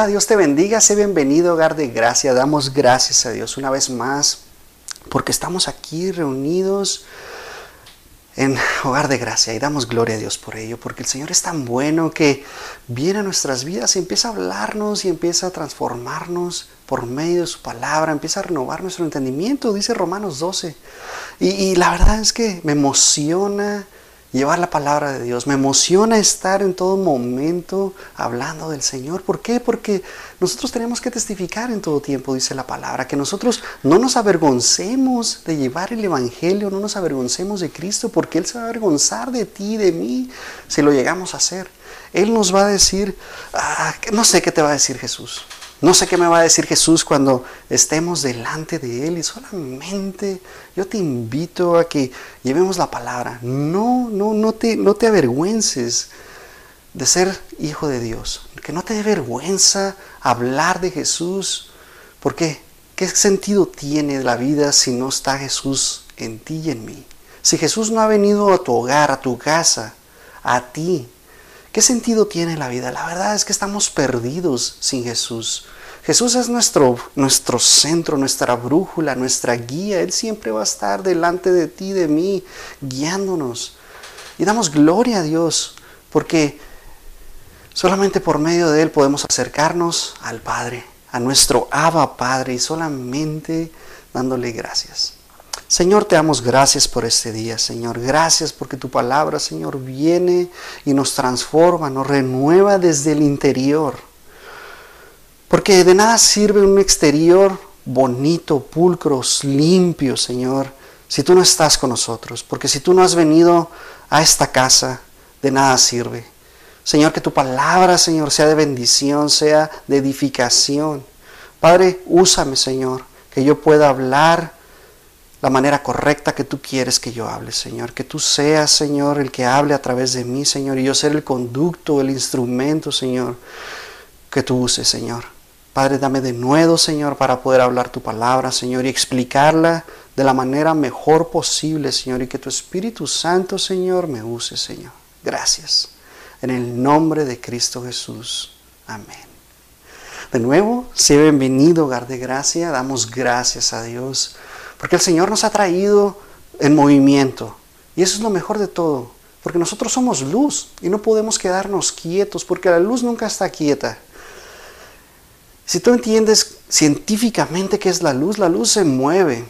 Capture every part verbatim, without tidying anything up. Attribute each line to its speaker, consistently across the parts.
Speaker 1: Hola, Dios te bendiga, sé bienvenido, hogar de gracia. Damos gracias a Dios una vez más porque estamos aquí reunidos en hogar de gracia y damos gloria a Dios por ello, porque el Señor es tan bueno que viene a nuestras vidas y empieza a hablarnos y empieza a transformarnos por medio de su palabra, empieza a renovar nuestro entendimiento, dice Romanos doce. Y, y la verdad es que me emociona llevar la palabra de Dios, me emociona estar en todo momento hablando del Señor. ¿Por qué? Porque nosotros tenemos que testificar en todo tiempo, dice la palabra, que nosotros no nos avergoncemos de llevar el Evangelio, no nos avergoncemos de Cristo, porque Él se va a avergonzar de ti, de mí, si lo llegamos a hacer. Él nos va a decir, ah, no sé qué te va a decir Jesús. No sé qué me va a decir Jesús cuando estemos delante de Él, y solamente yo te invito a que llevemos la palabra. No, no, no te, no te avergüences de ser hijo de Dios. Que no te dé vergüenza hablar de Jesús. ¿Por qué? ¿Qué sentido tiene la vida si no está Jesús en ti y en mí? Si Jesús no ha venido a tu hogar, a tu casa, a ti, ¿qué sentido tiene la vida? La verdad es que estamos perdidos sin Jesús. Jesús es nuestro, nuestro centro, nuestra brújula, nuestra guía. Él siempre va a estar delante de ti, de mí, guiándonos. Y damos gloria a Dios, porque solamente por medio de Él podemos acercarnos al Padre, a nuestro Abba Padre, y solamente dándole gracias. Señor, te damos gracias por este día, Señor. Gracias porque tu palabra, Señor, viene y nos transforma, nos renueva desde el interior. Porque de nada sirve un exterior bonito, pulcro, limpio, Señor, si tú no estás con nosotros. Porque si tú no has venido a esta casa, de nada sirve. Señor, que tu palabra, Señor, sea de bendición, sea de edificación. Padre, úsame, Señor, que yo pueda hablar la manera correcta que tú quieres que yo hable, Señor. Que tú seas, Señor, el que hable a través de mí, Señor, y yo ser el conducto, el instrumento, Señor, que tú uses, Señor. Padre, dame de nuevo, Señor, para poder hablar tu palabra, Señor, y explicarla de la manera mejor posible, Señor, y que tu Espíritu Santo, Señor, me use, Señor. Gracias. En el nombre de Cristo Jesús. Amén. De nuevo, sea bienvenido, hogar de gracia. Damos gracias a Dios, porque el Señor nos ha traído en movimiento. Y eso es lo mejor de todo, porque nosotros somos luz y no podemos quedarnos quietos, porque la luz nunca está quieta. Si tú entiendes científicamente qué es la luz, la luz se mueve.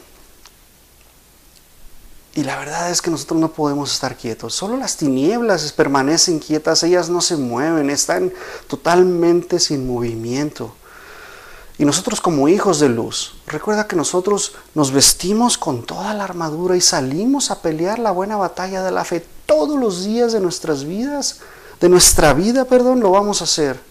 Speaker 1: Y la verdad es que nosotros no podemos estar quietos. Solo las tinieblas permanecen quietas, ellas no se mueven, están totalmente sin movimiento. Y nosotros como hijos de luz, recuerda que nosotros nos vestimos con toda la armadura y salimos a pelear la buena batalla de la fe todos los días de nuestras vidas, de nuestra vida, perdón, lo vamos a hacer.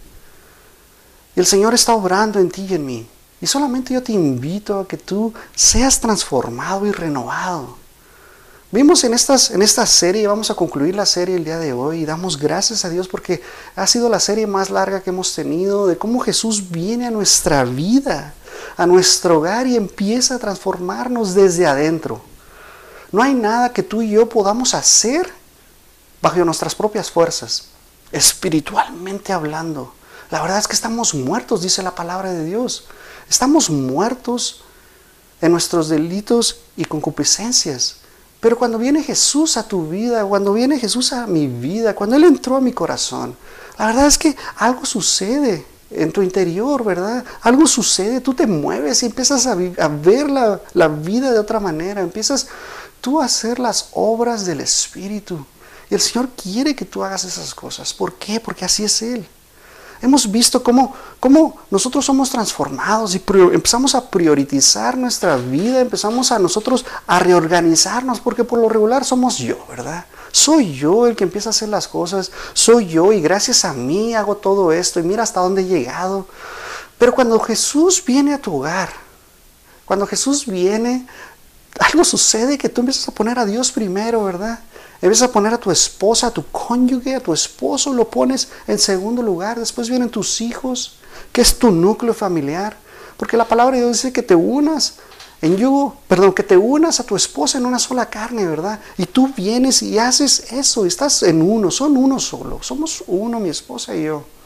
Speaker 1: Y el Señor está obrando en ti y en mí. Y solamente yo te invito a que tú seas transformado y renovado. Vimos en, estas, en esta serie, vamos a concluir la serie el día de hoy, y damos gracias a Dios porque ha sido la serie más larga que hemos tenido, de cómo Jesús viene a nuestra vida, a nuestro hogar, y empieza a transformarnos desde adentro. No hay nada que tú y yo podamos hacer bajo nuestras propias fuerzas, espiritualmente hablando. La verdad es que estamos muertos, dice la palabra de Dios. Estamos muertos en nuestros delitos y concupiscencias. Pero cuando viene Jesús a tu vida, cuando viene Jesús a mi vida, cuando Él entró a mi corazón, la verdad es que algo sucede en tu interior, ¿verdad? Algo sucede, tú te mueves y empiezas a, a ver la, la vida de otra manera. Empiezas tú a hacer las obras del Espíritu. Y el Señor quiere que tú hagas esas cosas. ¿Por qué? Porque así es Él. Hemos visto cómo, cómo nosotros somos transformados y prior, empezamos a priorizar nuestra vida, empezamos a nosotros a reorganizarnos, porque por lo regular somos yo, ¿verdad? Soy yo el que empieza a hacer las cosas, soy yo y gracias a mí hago todo esto y mira hasta dónde he llegado. Pero cuando Jesús viene a tu hogar, cuando Jesús viene, algo sucede que tú empiezas a poner a Dios primero, ¿verdad? Empiezas a poner a tu esposa, a tu cónyuge, a tu esposo, lo pones en segundo lugar. Después vienen tus hijos, que es tu núcleo familiar. Porque la palabra de Dios dice que te unas en yugo, perdón, que te unas a tu esposa en una sola carne, ¿verdad? Y tú vienes y haces eso, estás en uno, son uno solo. Somos uno, mi esposa y yo.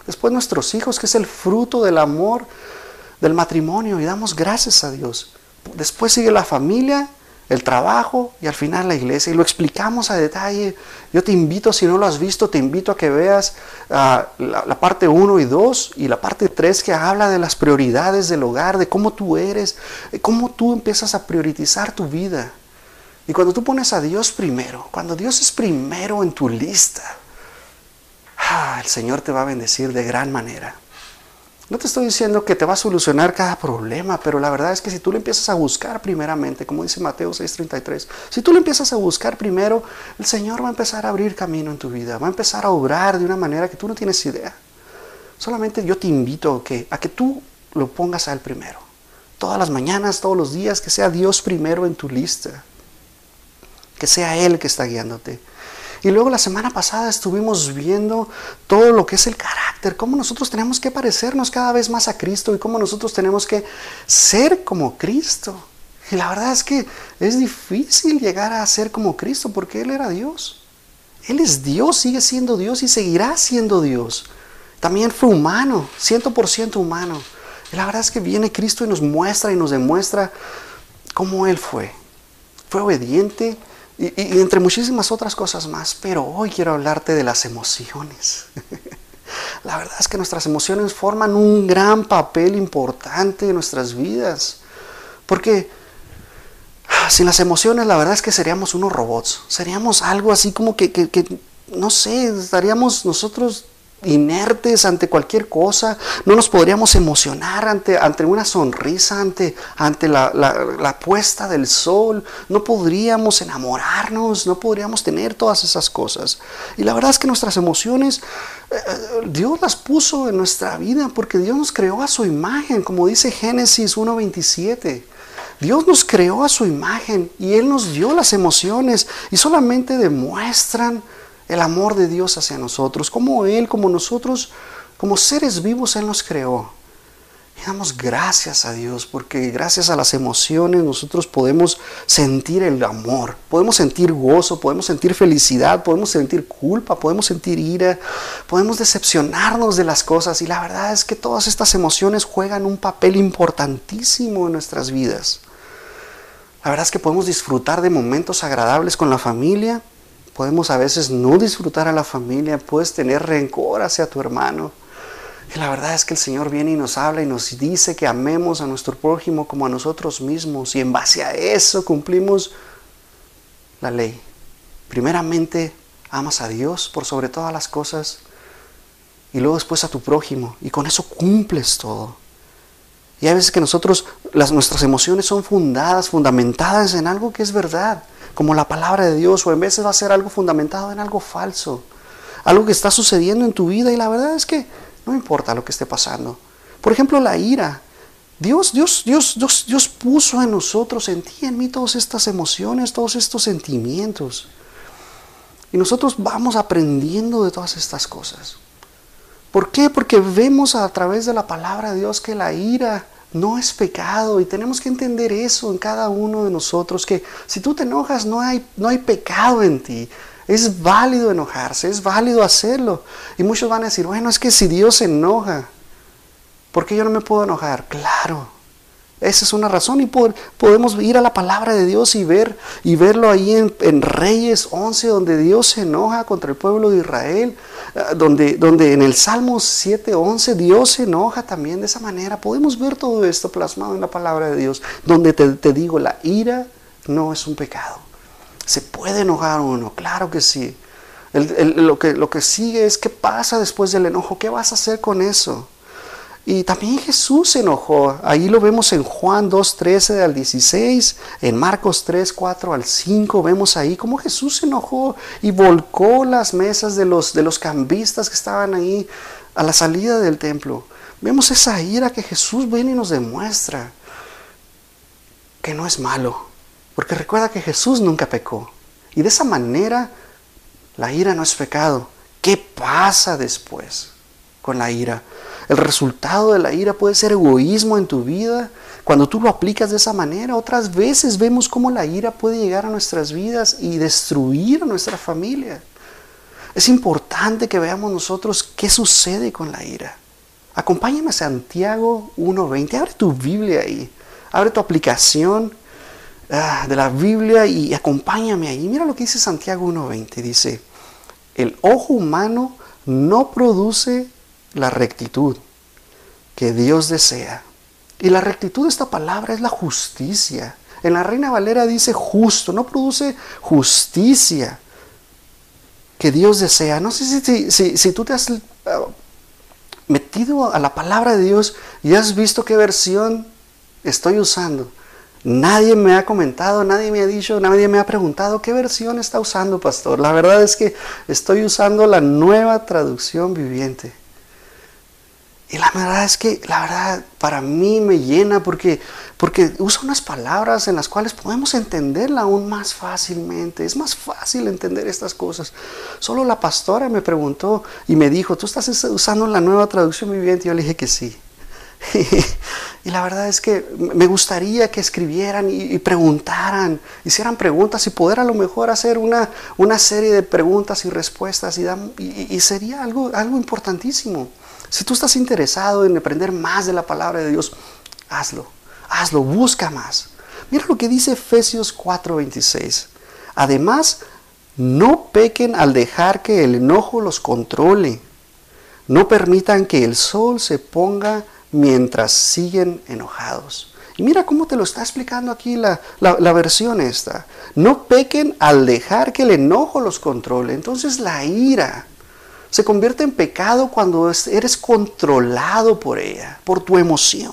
Speaker 1: Después nuestros hijos, que es el fruto del amor del matrimonio, y damos gracias a Dios. Después sigue la familia, el trabajo y al final la iglesia, y lo explicamos a detalle. Yo te invito, si no lo has visto, te invito a que veas uh, la, la parte uno y dos y la parte tres, que habla de las prioridades del hogar, de cómo tú eres, de cómo tú empiezas a priorizar tu vida. Y cuando tú pones a Dios primero, cuando Dios es primero en tu lista, ah, el Señor te va a bendecir de gran manera. No te estoy diciendo que te va a solucionar cada problema, pero la verdad es que si tú le empiezas a buscar primeramente, como dice Mateo seis treinta y tres, si tú le empiezas a buscar primero, el Señor va a empezar a abrir camino en tu vida, va a empezar a obrar de una manera que tú no tienes idea. Solamente yo te invito a que, a que tú lo pongas a Él primero. Todas las mañanas, todos los días, que sea Dios primero en tu lista. Que sea Él que está guiándote. Y luego la semana pasada estuvimos viendo todo lo que es el carácter, cómo nosotros tenemos que parecernos cada vez más a Cristo y cómo nosotros tenemos que ser como Cristo. Y la verdad es que es difícil llegar a ser como Cristo porque Él era Dios. Él es Dios, sigue siendo Dios y seguirá siendo Dios. También fue humano, cien por ciento humano. Y la verdad es que viene Cristo y nos muestra y nos demuestra cómo Él fue. Fue obediente. Y, y entre muchísimas otras cosas más, pero hoy quiero hablarte de las emociones. La verdad es que nuestras emociones forman un gran papel importante en nuestras vidas, porque sin las emociones la verdad es que seríamos unos robots, seríamos algo así como que, que, que no sé, estaríamos nosotros inertes ante cualquier cosa, no nos podríamos emocionar ante, ante una sonrisa, ante, ante la, la, la puesta del sol, no podríamos enamorarnos, no podríamos tener todas esas cosas. Y la verdad es que nuestras emociones, eh, Dios las puso en nuestra vida porque Dios nos creó a su imagen, como dice Génesis uno veintisiete. Dios nos creó a su imagen y Él nos dio las emociones y solamente demuestran el amor de Dios hacia nosotros, como Él, como nosotros, como seres vivos Él nos creó. Y damos gracias a Dios, porque gracias a las emociones nosotros podemos sentir el amor, podemos sentir gozo, podemos sentir felicidad, podemos sentir culpa, podemos sentir ira, podemos decepcionarnos de las cosas. Y la verdad es que todas estas emociones juegan un papel importantísimo en nuestras vidas. La verdad es que podemos disfrutar de momentos agradables con la familia. Podemos a veces no disfrutar a la familia, puedes tener rencor hacia tu hermano. Y la verdad es que el Señor viene y nos habla y nos dice que amemos a nuestro prójimo como a nosotros mismos. Y en base a eso cumplimos la ley. Primeramente, amas a Dios por sobre todas las cosas. Y luego después a tu prójimo. Y con eso cumples todo. Y hay veces que nosotros, las, nuestras emociones son fundadas, fundamentadas en algo que es verdad, como la palabra de Dios, o en veces va a ser algo fundamentado en algo falso, algo que está sucediendo en tu vida y la verdad es que no importa lo que esté pasando. Por ejemplo, la ira. Dios, Dios, Dios, Dios, Dios puso en nosotros, en ti, en mí, todas estas emociones, todos estos sentimientos. Y nosotros vamos aprendiendo de todas estas cosas. ¿Por qué? Porque vemos a través de la palabra de Dios que la ira no es pecado y tenemos que entender eso en cada uno de nosotros, que si tú te enojas no hay, no hay pecado en ti. Es válido enojarse, es válido hacerlo. Y muchos van a decir, bueno, es que si Dios se enoja, ¿por qué yo no me puedo enojar? Claro, esa es una razón y por, podemos ir a la palabra de Dios y ver y verlo ahí en, en Reyes once, donde Dios se enoja contra el pueblo de Israel, donde, donde en el Salmo siete once Dios se enoja también de esa manera. Podemos ver todo esto plasmado en la palabra de Dios, donde te, te digo, la ira no es un pecado. ¿Se puede enojar uno? Claro que sí. El, el, lo, que, lo que sigue es qué pasa después del enojo, qué vas a hacer con eso. Y también Jesús se enojó. Ahí lo vemos en Juan dos, trece al dieciséis, en Marcos tres, cuatro al cinco. Vemos ahí cómo Jesús se enojó y volcó las mesas de los, de los cambistas que estaban ahí a la salida del templo. Vemos esa ira que Jesús viene y nos demuestra que no es malo. Porque recuerda que Jesús nunca pecó. Y de esa manera la ira no es pecado. ¿Qué pasa después con la ira? El resultado de la ira puede ser egoísmo en tu vida. Cuando tú lo aplicas de esa manera, otras veces vemos cómo la ira puede llegar a nuestras vidas y destruir a nuestra familia. es importante que veamos nosotros qué sucede con la ira. Acompáñame a Santiago uno veinte. Abre tu Biblia ahí. Abre tu aplicación uh, de la Biblia y acompáñame ahí. Mira lo que dice Santiago uno veinte. Dice, el ojo humano no produce la rectitud que Dios desea. Y la rectitud de esta palabra es la justicia. En la Reina Valera dice justo, no produce justicia que Dios desea. No sé si, si, si, si tú te has uh, metido a la palabra de Dios y has visto qué versión estoy usando. Nadie me ha comentado, nadie me ha dicho, nadie me ha preguntado qué versión está usando, pastor. La verdad es que estoy usando la Nueva Traducción Viviente. Y la verdad es que, la verdad, para mí me llena porque, porque usa unas palabras en las cuales podemos entenderla aún más fácilmente. Es más fácil entender estas cosas. Solo la pastora me preguntó y me dijo, ¿tú estás usando la Nueva Traducción Viviente? Y yo le dije que sí. Y la verdad es que me gustaría que escribieran y, y preguntaran, hicieran preguntas y poder a lo mejor hacer una, una serie de preguntas y respuestas y, da, y, y sería algo, algo importantísimo. Si tú estás interesado en aprender más de la palabra de Dios, hazlo, hazlo, busca más. Mira lo que dice Efesios cuatro veintiséis. Además, no pequen al dejar que el enojo los controle. No permitan que el sol se ponga mientras siguen enojados. Y mira cómo te lo está explicando aquí la, la, la versión esta. No pequen al dejar que el enojo los controle. Entonces la ira se convierte en pecado cuando eres controlado por ella, por tu emoción.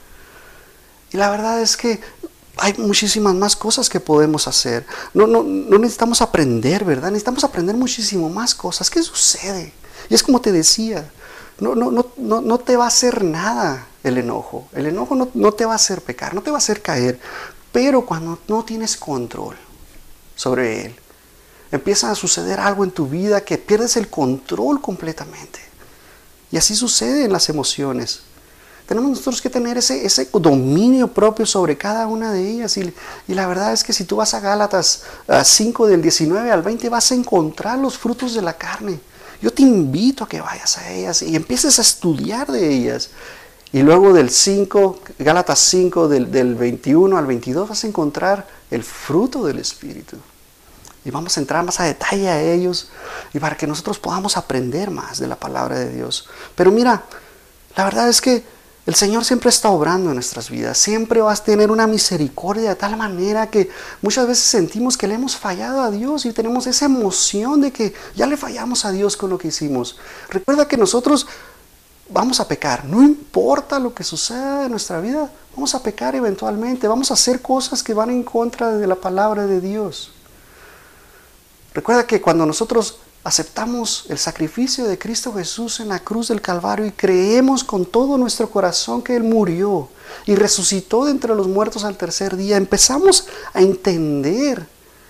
Speaker 1: Y la verdad es que hay muchísimas más cosas que podemos hacer. No, no, no necesitamos aprender, ¿verdad? Necesitamos aprender muchísimo más cosas. ¿Qué sucede? Y es como te decía, no, no, no, no, no te va a hacer nada el enojo. El enojo no, no te va a hacer pecar, no te va a hacer caer. Pero cuando no tienes control sobre él, empieza a suceder algo en tu vida que pierdes el control completamente. Y así sucede en las emociones. Tenemos nosotros que tener ese, ese dominio propio sobre cada una de ellas. Y, y la verdad es que si tú vas a Gálatas uh, cinco del diecinueve al veinte vas a encontrar los frutos de la carne. Yo te invito a que vayas a ellas y empieces a estudiar de ellas. Y luego del cinco, Gálatas cinco del, del veintiuno al veintidós vas a encontrar el fruto del Espíritu. Y vamos a entrar más a detalle a ellos y para que nosotros podamos aprender más de la palabra de Dios. Pero mira, la verdad es que el Señor siempre está obrando en nuestras vidas. Siempre vas a tener una misericordia de tal manera que muchas veces sentimos que le hemos fallado a Dios y tenemos esa emoción de que ya le fallamos a Dios con lo que hicimos. Recuerda que nosotros vamos a pecar. No importa lo que suceda en nuestra vida, vamos a pecar eventualmente. Vamos a hacer cosas que van en contra de la palabra de Dios. Recuerda que cuando nosotros aceptamos el sacrificio de Cristo Jesús en la cruz del Calvario y creemos con todo nuestro corazón que Él murió y resucitó de entre los muertos al tercer día, empezamos a entender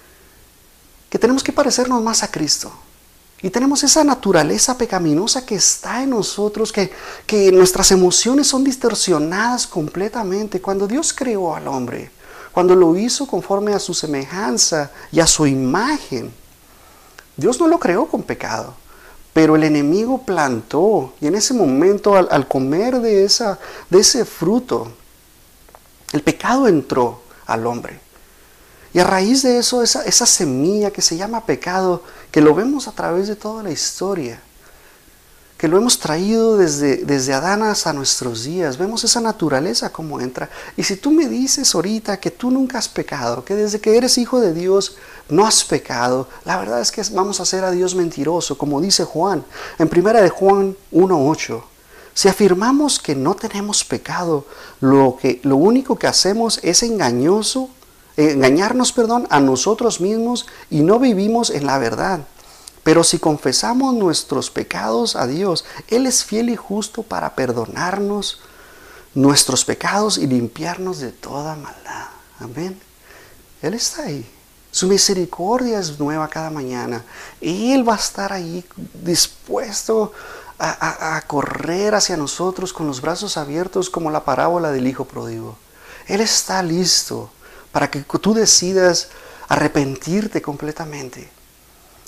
Speaker 1: que tenemos que parecernos más a Cristo. Y tenemos esa naturaleza pecaminosa que está en nosotros, que, que nuestras emociones son distorsionadas completamente. Cuando Dios creó al hombre, cuando lo hizo conforme a su semejanza y a su imagen, Dios no lo creó con pecado, pero el enemigo plantó, y en ese momento al, al comer de, esa, de ese fruto, el pecado entró al hombre. Y a raíz de eso, esa, esa semilla que se llama pecado, que lo vemos a través de toda la historia, que lo hemos traído desde, desde Adán hasta nuestros días, vemos esa naturaleza como entra. Y si tú me dices ahorita que tú nunca has pecado, que desde que eres hijo de Dios no has pecado, la verdad es que vamos a hacer a Dios mentiroso, como dice Juan, en primera de Juan uno ocho. Si afirmamos que no tenemos pecado, lo, que, lo único que hacemos es engañoso, eh, engañarnos perdón, a nosotros mismos y no vivimos en la verdad. Pero si confesamos nuestros pecados a Dios, Él es fiel y justo para perdonarnos nuestros pecados y limpiarnos de toda maldad. Amén. Él está ahí. Su misericordia es nueva cada mañana. Y Él va a estar ahí dispuesto a, a, a correr hacia nosotros con los brazos abiertos como la parábola del hijo pródigo. Él está listo para que tú decidas arrepentirte completamente.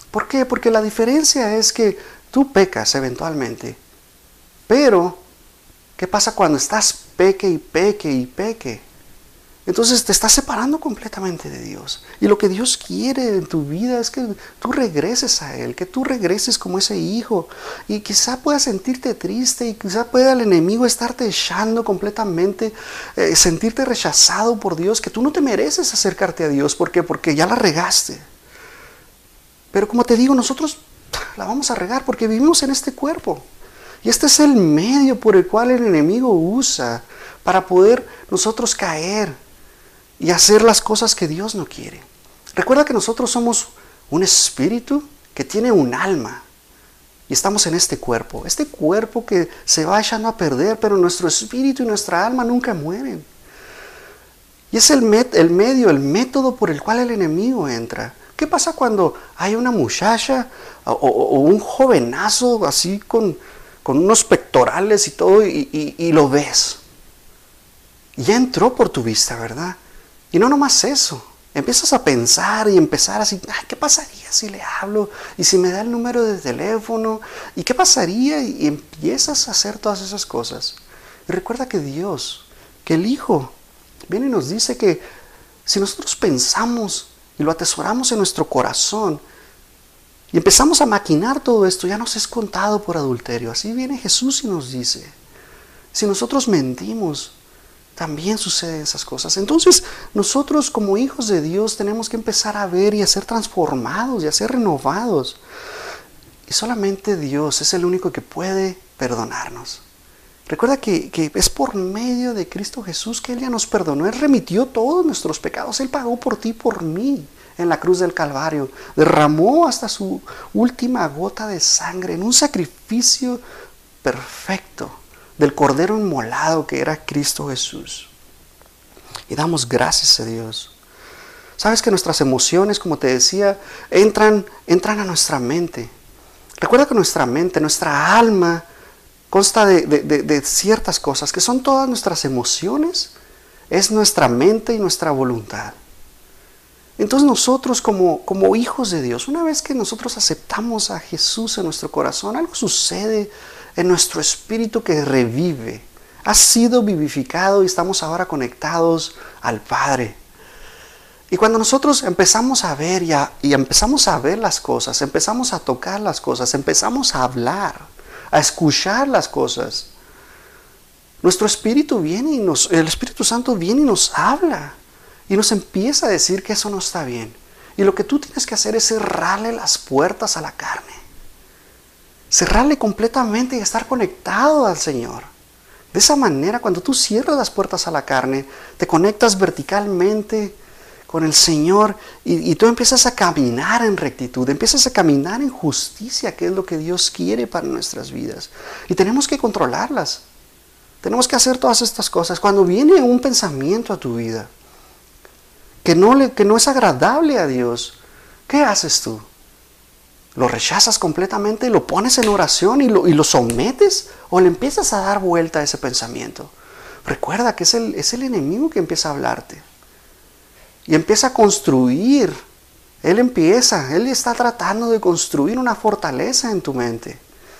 Speaker 1: ¿Por qué? Porque la diferencia es que tú pecas eventualmente. Pero, ¿qué pasa cuando estás peque y peque y peque? Entonces te estás separando completamente de Dios. Y lo que Dios quiere en tu vida es que tú regreses a Él, que tú regreses como ese hijo. Y quizá puedas sentirte triste y quizá pueda el enemigo estarte echando completamente, eh, sentirte rechazado por Dios, que tú no te mereces acercarte a Dios. ¿Por qué? Porque ya la regaste. Pero como te digo, nosotros la vamos a regar porque vivimos en este cuerpo. Y este es el medio por el cual el enemigo usa para poder nosotros caer y hacer las cosas que Dios no quiere. Recuerda que nosotros somos un espíritu que tiene un alma. Y estamos en este cuerpo. Este cuerpo que se va echando a perder, pero nuestro espíritu y nuestra alma nunca mueren. Y es el, met, el medio, el método por el cual el enemigo entra. ¿Qué pasa cuando hay una muchacha o, o, o un jovenazo así con, con unos pectorales y todo y, y, y lo ves? Ya entró por tu vista, ¿verdad? Y no nomás eso, empiezas a pensar y empezar así, ay, ¿qué pasaría si le hablo? Y si me da el número de teléfono, ¿y qué pasaría? Y empiezas a hacer todas esas cosas. Y recuerda que Dios, que el Hijo, viene y nos dice que si nosotros pensamos y lo atesoramos en nuestro corazón y empezamos a maquinar todo esto, ya nos es contado por adulterio. Así viene Jesús y nos dice, si nosotros mentimos, también suceden esas cosas. Entonces, nosotros como hijos de Dios tenemos que empezar a ver y a ser transformados y a ser renovados. Y solamente Dios es el único que puede perdonarnos. Recuerda que, que es por medio de Cristo Jesús que Él ya nos perdonó. Él remitió todos nuestros pecados. Él pagó por ti y por mí en la cruz del Calvario. Derramó hasta su última gota de sangre en un sacrificio perfecto del Cordero inmolado que era Cristo Jesús. Y damos gracias a Dios. Sabes que nuestras emociones, como te decía, entran, entran a nuestra mente. Recuerda que nuestra mente, nuestra alma, consta de, de, de, de ciertas cosas, que son todas nuestras emociones, es nuestra mente y nuestra voluntad. Entonces nosotros como, como hijos de Dios, una vez que nosotros aceptamos a Jesús en nuestro corazón, algo sucede en nuestro espíritu que revive. Ha sido vivificado y estamos ahora conectados al Padre. Y cuando nosotros empezamos a ver y, a, y empezamos a ver las cosas, empezamos a tocar las cosas, empezamos a hablar, a escuchar las cosas, nuestro espíritu viene y nos, el Espíritu Santo viene y nos habla y nos empieza a decir que eso no está bien. Y lo que tú tienes que hacer es cerrarle las puertas a la carne. Cerrarle completamente y estar conectado al Señor. De esa manera, cuando tú cierras las puertas a la carne, te conectas verticalmente con el Señor y, y tú empiezas a caminar en rectitud, empiezas a caminar en justicia, que es lo que Dios quiere para nuestras vidas. Y tenemos que controlarlas. Tenemos que hacer todas estas cosas. Cuando viene un pensamiento a tu vida que no, le, que no es agradable a Dios, ¿qué haces tú? ¿Lo rechazas completamente y lo pones en oración y lo, y lo sometes? ¿O le empiezas a dar vuelta a ese pensamiento? Recuerda que es el, es el enemigo que empieza a hablarte. Y empieza a construir. Él empieza, Él está tratando de construir una fortaleza en tu mente.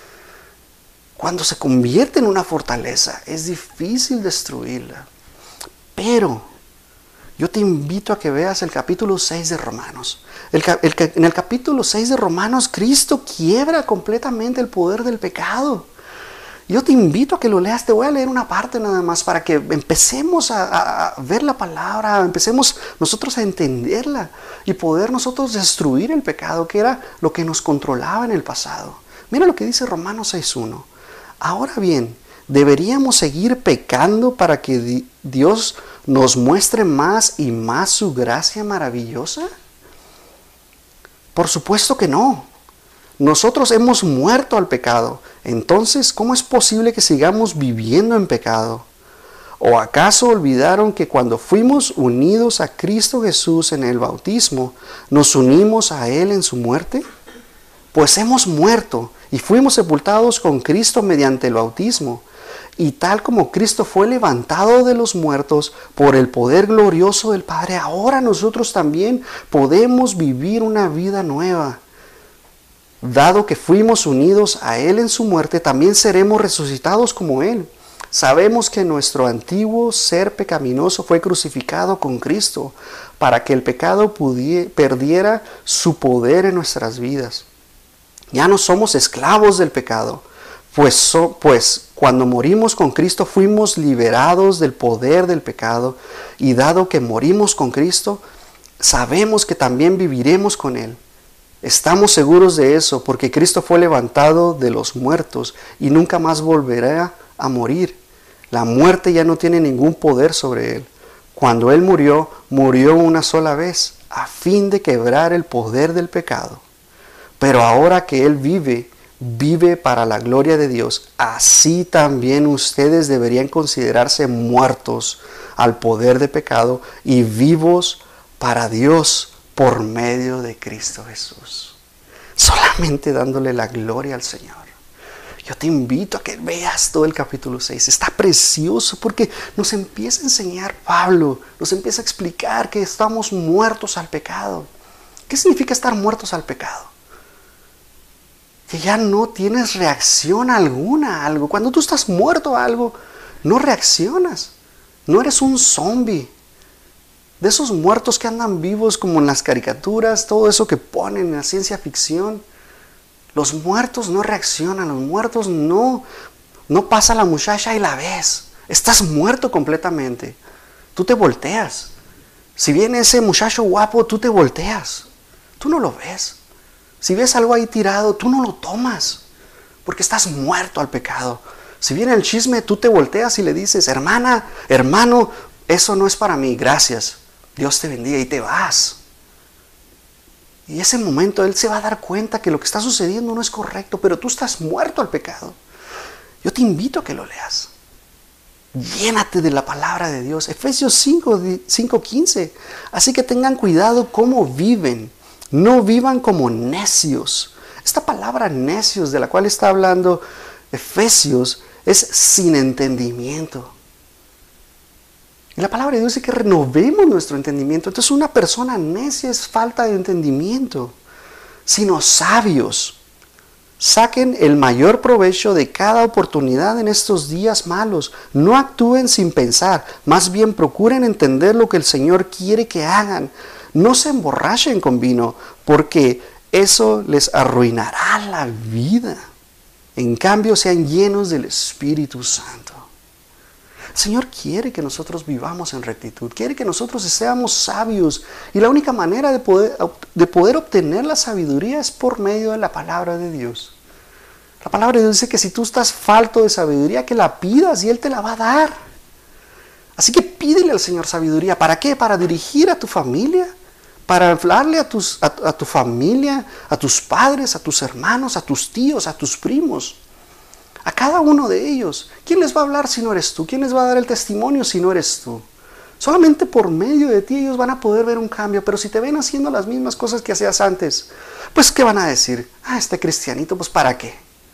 Speaker 1: Cuando se convierte en una fortaleza, es difícil destruirla. Pero yo te invito a que veas el capítulo seis de Romanos. El, el, en el capítulo seis de Romanos, Cristo quiebra completamente el poder del pecado. Yo te invito a que lo leas. Te voy a leer una parte nada más para que empecemos a, a, a ver la palabra, empecemos nosotros a entenderla y poder nosotros destruir el pecado, que era lo que nos controlaba en el pasado. Mira lo que dice Romanos seis uno. Ahora bien, ¿deberíamos seguir pecando para que Dios nos muestre más y más su gracia maravillosa? Por supuesto que no. Nosotros hemos muerto al pecado. Entonces, ¿cómo es posible que sigamos viviendo en pecado? ¿O acaso olvidaron que cuando fuimos unidos a Cristo Jesús en el bautismo, nos unimos a Él en su muerte? Pues hemos muerto y fuimos sepultados con Cristo mediante el bautismo. Y tal como Cristo fue levantado de los muertos por el poder glorioso del Padre, ahora nosotros también podemos vivir una vida nueva. dado que fuimos unidos a Él en su muerte, también seremos resucitados como Él. Sabemos que nuestro antiguo ser pecaminoso fue crucificado con Cristo para que el pecado pudiera, perdiera su poder en nuestras vidas. Ya no somos esclavos del pecado, pues, so, pues cuando morimos con Cristo fuimos liberados del poder del pecado, y dado que morimos con Cristo, sabemos que también viviremos con Él. Estamos seguros de eso porque Cristo fue levantado de los muertos y nunca más volverá a morir. La muerte ya no tiene ningún poder sobre Él. Cuando Él murió, murió una sola vez, a fin de quebrar el poder del pecado. Pero ahora que Él vive, vive para la gloria de Dios. Así también ustedes deberían considerarse muertos al poder de pecado y vivos para Dios por medio de Cristo Jesús. Solamente dándole la gloria al Señor. Yo te invito a que veas todo el capítulo seis. Está precioso porque nos empieza a enseñar Pablo, nos empieza a explicar que estamos muertos al pecado. ¿Qué significa estar muertos al pecado? Que ya no tienes reacción alguna a algo. Cuando tú estás muerto a algo, no reaccionas. No eres un zombie. De esos muertos que andan vivos como en las caricaturas, todo eso que ponen en la ciencia ficción. Los muertos no reaccionan, los muertos no, no pasa la muchacha y la ves. Estás muerto completamente. Tú te volteas. Si viene ese muchacho guapo, tú te volteas. Tú no lo ves. Si ves algo ahí tirado, tú no lo tomas. Porque estás muerto al pecado. Si viene el chisme, tú te volteas y le dices, hermana, hermano, eso no es para mí, gracias. Dios te bendiga, y te vas. Y ese momento Él se va a dar cuenta que lo que está sucediendo no es correcto, pero tú estás muerto al pecado. Yo te invito a que lo leas. Llénate de la palabra de Dios. Efesios cinco quince. Así que tengan cuidado cómo viven. No vivan como necios. Esta palabra necios de la cual está hablando Efesios es sin entendimiento. Y la palabra de Dios dice que renovemos nuestro entendimiento. Entonces una persona necia es falta de entendimiento. Sino sabios. Saquen el mayor provecho de cada oportunidad en estos días malos. No actúen sin pensar. Más bien procuren entender lo que el Señor quiere que hagan. No se emborrachen con vino, porque eso les arruinará la vida. En cambio, sean llenos del Espíritu Santo. El Señor quiere que nosotros vivamos en rectitud, quiere que nosotros seamos sabios. Y la única manera de poder, de poder obtener la sabiduría es por medio de la palabra de Dios. La palabra de Dios dice que si tú estás falto de sabiduría, que la pidas y Él te la va a dar. Así que pídele al Señor sabiduría. ¿Para qué? Para dirigir a tu familia, para hablarle a, tus, a, a tu familia, a tus padres, a tus hermanos, a tus tíos, a tus primos. A cada uno de ellos. ¿Quién les va a hablar si no eres tú? ¿Quién les va a dar el testimonio si no eres tú? Solamente por medio de ti ellos van a poder ver un cambio. Pero si te ven haciendo las mismas cosas que hacías antes, pues ¿qué van a decir? Ah, este cristianito, pues ¿para qué?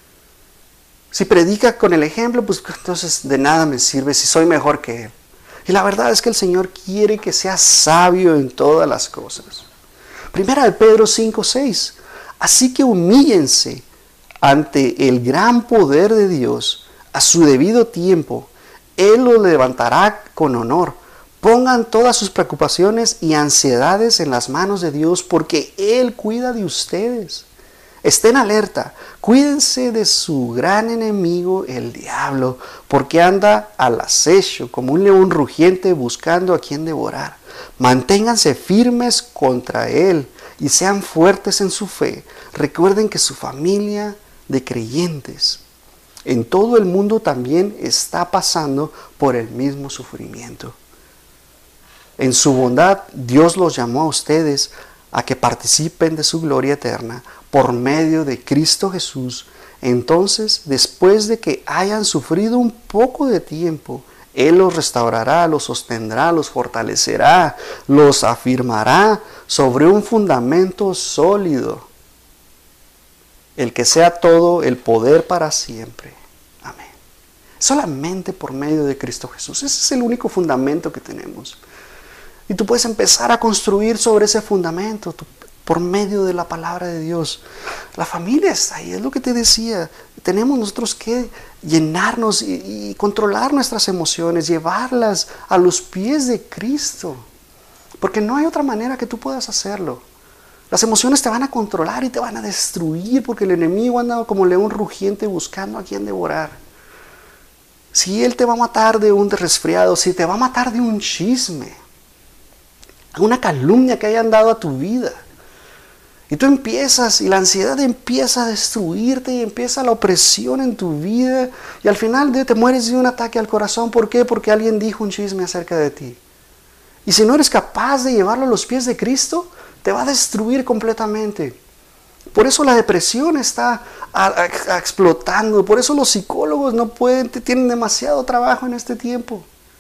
Speaker 1: Si predica con el ejemplo, pues entonces de nada me sirve si soy mejor que él. Y la verdad es que el Señor quiere que seas sabio en todas las cosas. Primera de Pedro cinco seis. Así que humíllense ante el gran poder de Dios a su debido tiempo. Él los levantará con honor. Pongan todas sus preocupaciones y ansiedades en las manos de Dios, porque Él cuida de ustedes. Estén alerta, cuídense de su gran enemigo, el diablo, porque anda al acecho como un león rugiente buscando a quien devorar. Manténganse firmes contra él y sean fuertes en su fe. Recuerden que su familia de creyentes en todo el mundo también está pasando por el mismo sufrimiento. En su bondad, Dios los llamó a ustedes a que participen de su gloria eterna por medio de Cristo Jesús. Entonces, después de que hayan sufrido un poco de tiempo, Él los restaurará, los sostendrá, los fortalecerá, los afirmará sobre un fundamento sólido. El que sea todo el poder para siempre. Amén. Solamente por medio de Cristo Jesús. Ese es el único fundamento que tenemos. Y tú puedes empezar a construir sobre ese fundamento. Tú por medio de la palabra de Dios. La familia está ahí, es lo que te decía. Tenemos nosotros que llenarnos y, y controlar nuestras emociones, llevarlas a los pies de Cristo. Porque no hay otra manera que tú puedas hacerlo. Las emociones te van a controlar y te van a destruir porque el enemigo anda como león rugiente buscando a quien devorar. Si él te va a matar de un resfriado, si te va a matar de un chisme, una calumnia que hayan dado a tu vida. Y tú empiezas, y la ansiedad empieza a destruirte, y empieza la opresión en tu vida, y al final te mueres de un ataque al corazón. ¿Por qué? Porque alguien dijo un chisme acerca de ti. Y si no eres capaz de llevarlo a los pies de Cristo, te va a destruir completamente. Por eso la depresión está a, a, a explotando, por eso los psicólogos no pueden, tienen demasiado trabajo en este tiempo.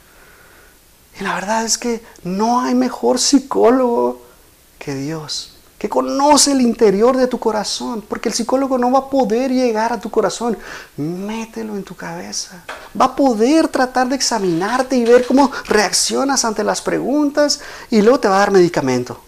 Speaker 1: Y la verdad es que no hay mejor psicólogo que Dios, que conoce el interior de tu corazón, porque el psicólogo no va a poder llegar a tu corazón. Mételo en tu cabeza. Va a poder tratar de examinarte y ver cómo reaccionas ante las preguntas, y luego te va a dar medicamento.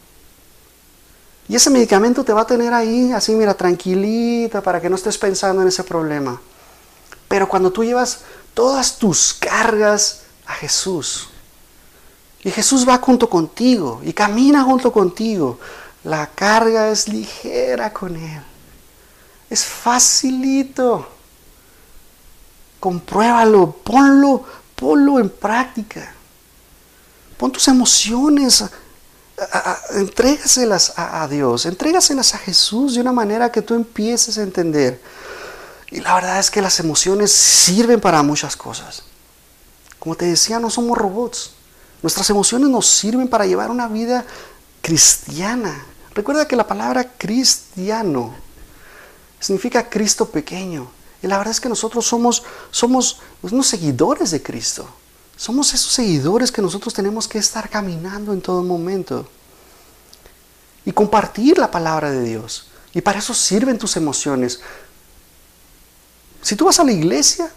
Speaker 1: Y ese medicamento te va a tener ahí, así mira, tranquilita, para que no estés pensando en ese problema. Pero cuando tú llevas todas tus cargas a Jesús, y Jesús va junto contigo, y camina junto contigo, la carga es ligera con Él. Es facilito. Compruébalo, ponlo, ponlo en práctica. Pon tus emociones, a, a, a, entrégaselas a, a Dios, entrégaselas a Jesús de una manera que tú empieces a entender. Y la verdad es que las emociones sirven para muchas cosas. Como te decía, no somos robots. Nuestras emociones nos sirven para llevar una vida cristiana. Recuerda que la palabra cristiano significa Cristo pequeño. Y la verdad es que nosotros somos, somos unos seguidores de Cristo. Somos esos seguidores que nosotros tenemos que estar caminando en todo momento. Y compartir la palabra de Dios. Y para eso sirven tus emociones. Si tú vas a la iglesia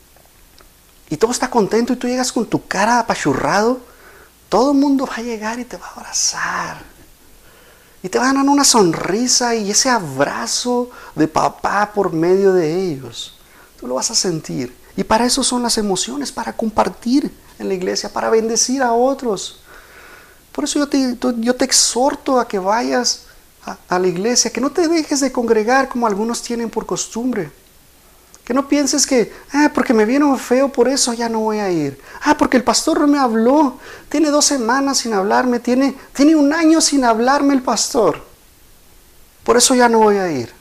Speaker 1: y todo está contento y tú llegas con tu cara apachurrado, todo el mundo va a llegar y te va a abrazar. Y te van a dar una sonrisa y ese abrazo de papá por medio de ellos. Tú lo vas a sentir. Y para eso son las emociones, para compartir en la iglesia, para bendecir a otros. Por eso yo te, yo te exhorto a que vayas a, a la iglesia, que no te dejes de congregar como algunos tienen por costumbre. Que no pienses que, ah, porque me vieron feo, por eso ya no voy a ir. Ah, porque el pastor no me habló. Tiene dos semanas sin hablarme. Tiene, tiene un año sin hablarme el pastor. Por eso ya no voy a ir.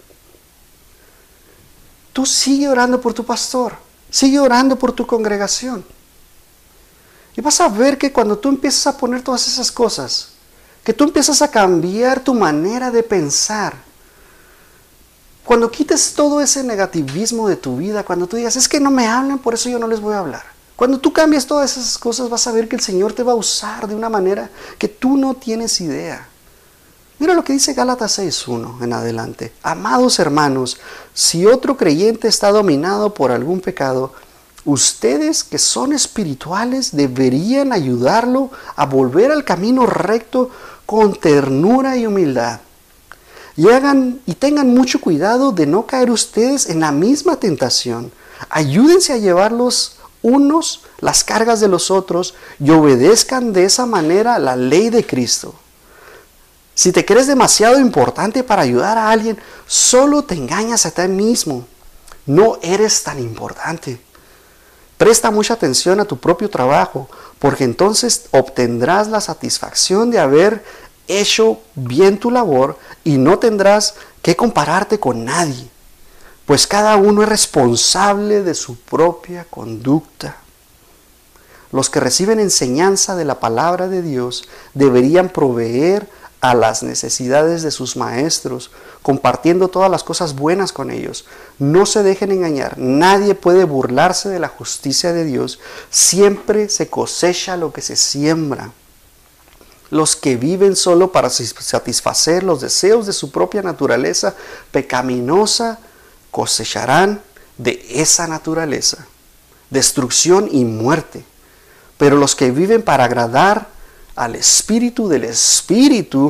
Speaker 1: Tú sigue orando por tu pastor. Sigue orando por tu congregación. Y vas a ver que cuando tú empiezas a poner todas esas cosas, que tú empiezas a cambiar tu manera de pensar, cuando quites todo ese negativismo de tu vida, cuando tú digas, es que no me hablan, por eso yo no les voy a hablar. Cuando tú cambies todas esas cosas, vas a ver que el Señor te va a usar de una manera que tú no tienes idea. Mira lo que dice Gálatas seis uno en adelante. Amados hermanos, si otro creyente está dominado por algún pecado, ustedes que son espirituales deberían ayudarlo a volver al camino recto con ternura y humildad. Y, hagan, y tengan mucho cuidado de no caer ustedes en la misma tentación. Ayúdense a llevar los unos las cargas de los otros y obedezcan de esa manera la ley de Cristo. Si te crees demasiado importante para ayudar a alguien, solo te engañas a ti mismo. No eres tan importante. Presta mucha atención a tu propio trabajo, porque entonces obtendrás la satisfacción de haber hecho bien tu labor y no tendrás que compararte con nadie, pues cada uno es responsable de su propia conducta. Los que reciben enseñanza de la palabra de Dios deberían proveer a las necesidades de sus maestros, compartiendo todas las cosas buenas con ellos. No se dejen engañar, nadie puede burlarse de la justicia de Dios, siempre se cosecha lo que se siembra. Los que viven solo para satisfacer los deseos de su propia naturaleza pecaminosa cosecharán de esa naturaleza destrucción y muerte. Pero los que viven para agradar al Espíritu del Espíritu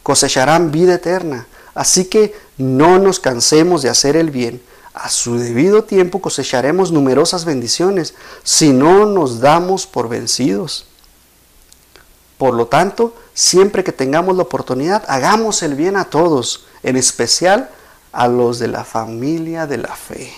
Speaker 1: cosecharán vida eterna. Así que no nos cansemos de hacer el bien. A su debido tiempo cosecharemos numerosas bendiciones si no nos damos por vencidos. Por lo tanto, siempre que tengamos la oportunidad, hagamos el bien a todos, en especial a los de la familia de la fe.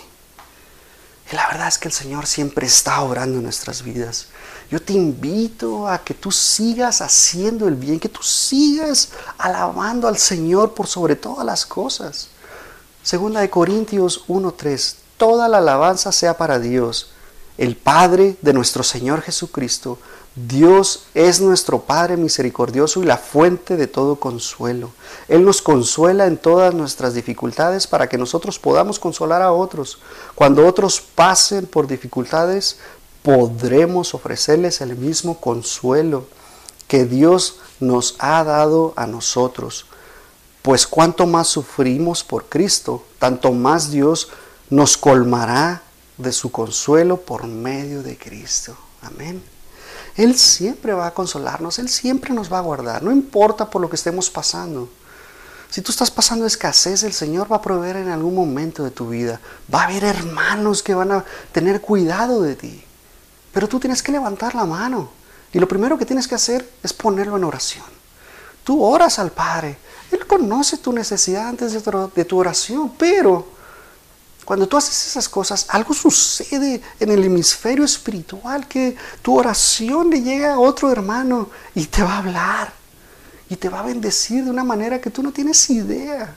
Speaker 1: Y la verdad es que el Señor siempre está obrando en nuestras vidas. Yo te invito a que tú sigas haciendo el bien, que tú sigas alabando al Señor por sobre todas las cosas. Segunda de Corintios uno tres. Toda la alabanza sea para Dios, el Padre de nuestro Señor Jesucristo. Dios es nuestro Padre misericordioso y la fuente de todo consuelo. Él nos consuela en todas nuestras dificultades para que nosotros podamos consolar a otros. Cuando otros pasen por dificultades, podremos ofrecerles el mismo consuelo que Dios nos ha dado a nosotros. Pues cuanto más sufrimos por Cristo, tanto más Dios nos colmará de su consuelo por medio de Cristo. Amén. Él siempre va a consolarnos, Él siempre nos va a guardar, no importa por lo que estemos pasando. Si tú estás pasando escasez, el Señor va a proveer en algún momento de tu vida. Va a haber hermanos que van a tener cuidado de ti. Pero tú tienes que levantar la mano. Y lo primero que tienes que hacer es ponerlo en oración. Tú oras al Padre. Él conoce tu necesidad antes de tu, de tu oración, pero cuando tú haces esas cosas, algo sucede en el hemisferio espiritual, que tu oración le llega a otro hermano y te va a hablar y te va a bendecir de una manera que tú no tienes idea.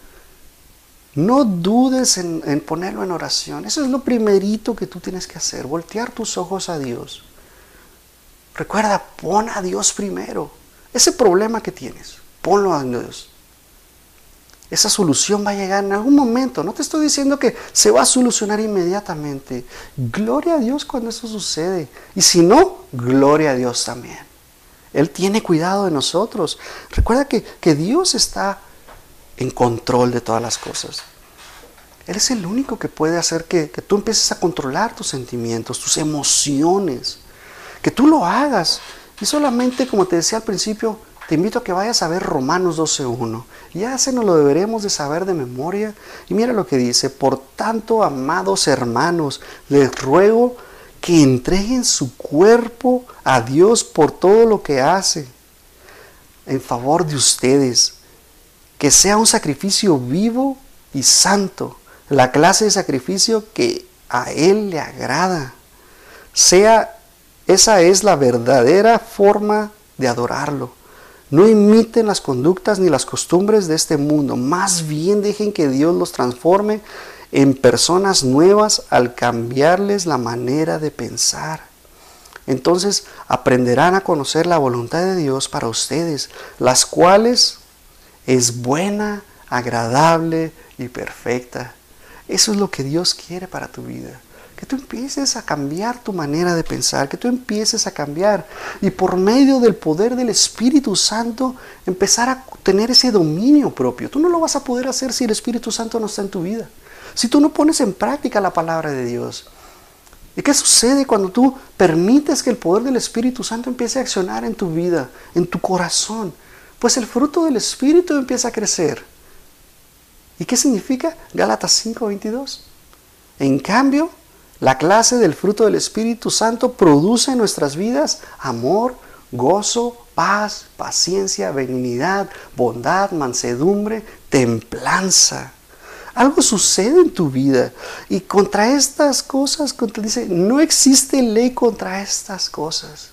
Speaker 1: No dudes en, en ponerlo en oración. Eso es lo primerito que tú tienes que hacer, voltear tus ojos a Dios. Recuerda, pon a Dios primero. Ese problema que tienes, ponlo a Dios. Esa solución va a llegar en algún momento. No te estoy diciendo que se va a solucionar inmediatamente. Gloria a Dios cuando eso sucede. Y si no, gloria a Dios también. Él tiene cuidado de nosotros. Recuerda que, que Dios está en control de todas las cosas. Él es el único que puede hacer que, que tú empieces a controlar tus sentimientos, tus emociones. Que tú lo hagas. Y solamente, como te decía al principio, te invito a que vayas a ver Romanos doce uno. Ya se nos lo deberemos de saber de memoria. Y mira lo que dice: por tanto, amados hermanos, les ruego que entreguen su cuerpo a Dios por todo lo que hace en favor de ustedes. Que sea un sacrificio vivo y santo, la clase de sacrificio que a Él le agrada. Sea, esa es la verdadera forma de adorarlo. No imiten las conductas ni las costumbres de este mundo. Más bien dejen que Dios los transforme en personas nuevas al cambiarles la manera de pensar. Entonces aprenderán a conocer la voluntad de Dios para ustedes, las cuales es buena, agradable y perfecta. Eso es lo que Dios quiere para tu vida. Que tú empieces a cambiar tu manera de pensar, que tú empieces a cambiar y por medio del poder del Espíritu Santo empezar a tener ese dominio propio. Tú no lo vas a poder hacer si el Espíritu Santo no está en tu vida, si tú no pones en práctica la palabra de Dios. ¿Y qué sucede cuando tú permites que el poder del Espíritu Santo empiece a accionar en tu vida, en tu corazón? Pues el fruto del Espíritu empieza a crecer. ¿Y qué significa? Gálatas cinco veintidós. En cambio, la clase del fruto del Espíritu Santo produce en nuestras vidas amor, gozo, paz, paciencia, benignidad, bondad, mansedumbre, templanza. Algo sucede en tu vida y contra estas cosas, dice, no existe ley contra estas cosas.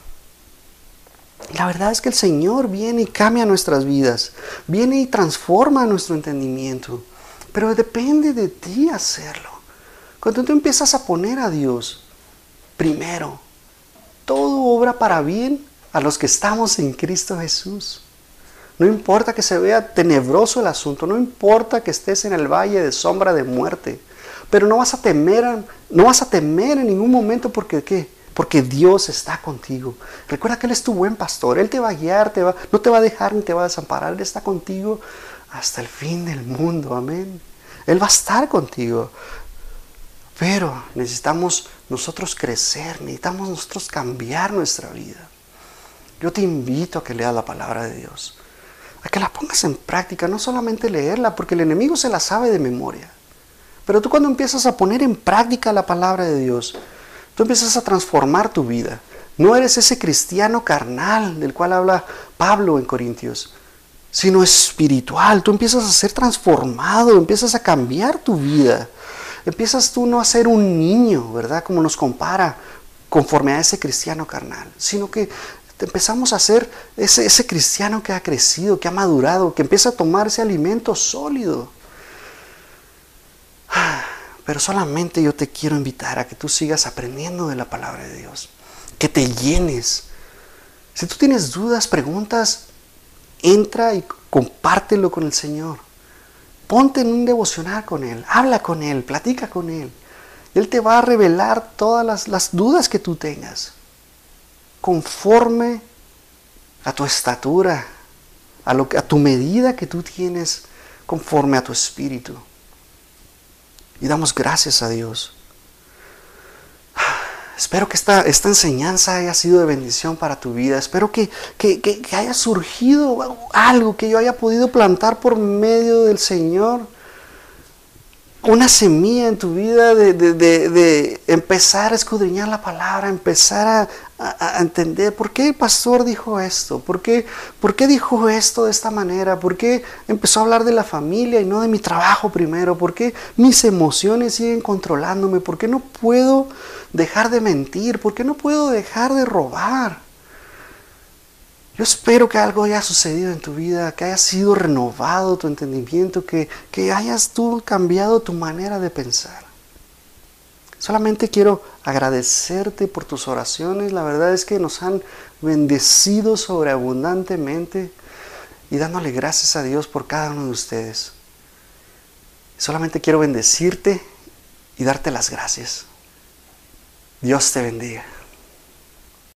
Speaker 1: La verdad es que el Señor viene y cambia nuestras vidas, viene y transforma nuestro entendimiento, pero depende de ti hacerlo. Cuando tú empiezas a poner a Dios primero, todo obra para bien a los que estamos en Cristo Jesús. No importa que se vea tenebroso el asunto, no importa que estés en el valle de sombra de muerte, pero no vas a temer, no vas a temer en ningún momento porque ¿qué? Porque Dios está contigo. Recuerda que Él es tu buen pastor, Él te va a guiar, te va, no te va a dejar ni te va a desamparar, Él está contigo hasta el fin del mundo, amén. Él va a estar contigo. Pero necesitamos nosotros crecer, necesitamos nosotros cambiar nuestra vida. Yo te invito a que leas la palabra de Dios, a que la pongas en práctica, no solamente leerla, porque el enemigo se la sabe de memoria. Pero tú cuando empiezas a poner en práctica la palabra de Dios, tú empiezas a transformar tu vida. No eres ese cristiano carnal del cual habla Pablo en Corintios, sino espiritual. Tú empiezas a ser transformado, empiezas a cambiar tu vida. Empiezas tú no a ser un niño, ¿verdad? Como nos compara conforme a ese cristiano carnal, sino que empezamos a ser ese, ese cristiano que ha crecido, que ha madurado, que empieza a tomar ese alimento sólido. Pero solamente yo te quiero invitar a que tú sigas aprendiendo de la palabra de Dios, que te llenes. Si tú tienes dudas, preguntas, entra y compártelo con el Señor. Ponte en un devocional con Él, habla con Él, platica con Él. Él te va a revelar todas las, las dudas que tú tengas, conforme a tu estatura, a, lo, a tu medida que tú tienes, conforme a tu espíritu. Y damos gracias a Dios. Espero que esta, esta enseñanza haya sido de bendición para tu vida. Espero que, que, que, que haya surgido algo que yo haya podido plantar por medio del Señor. Una semilla en tu vida de, de, de, de empezar a escudriñar la palabra, empezar a, a, a entender por qué el pastor dijo esto, por qué, por qué dijo esto de esta manera, por qué empezó a hablar de la familia y no de mi trabajo primero, por qué mis emociones siguen controlándome, por qué no puedo dejar de mentir, por qué no puedo dejar de robar. Yo espero que algo haya sucedido en tu vida, que haya sido renovado tu entendimiento, que, que hayas tú cambiado tu manera de pensar. Solamente quiero agradecerte por tus oraciones. La verdad es que nos han bendecido sobreabundantemente y dándole gracias a Dios por cada uno de ustedes. Solamente quiero bendecirte y darte las gracias. Dios te bendiga.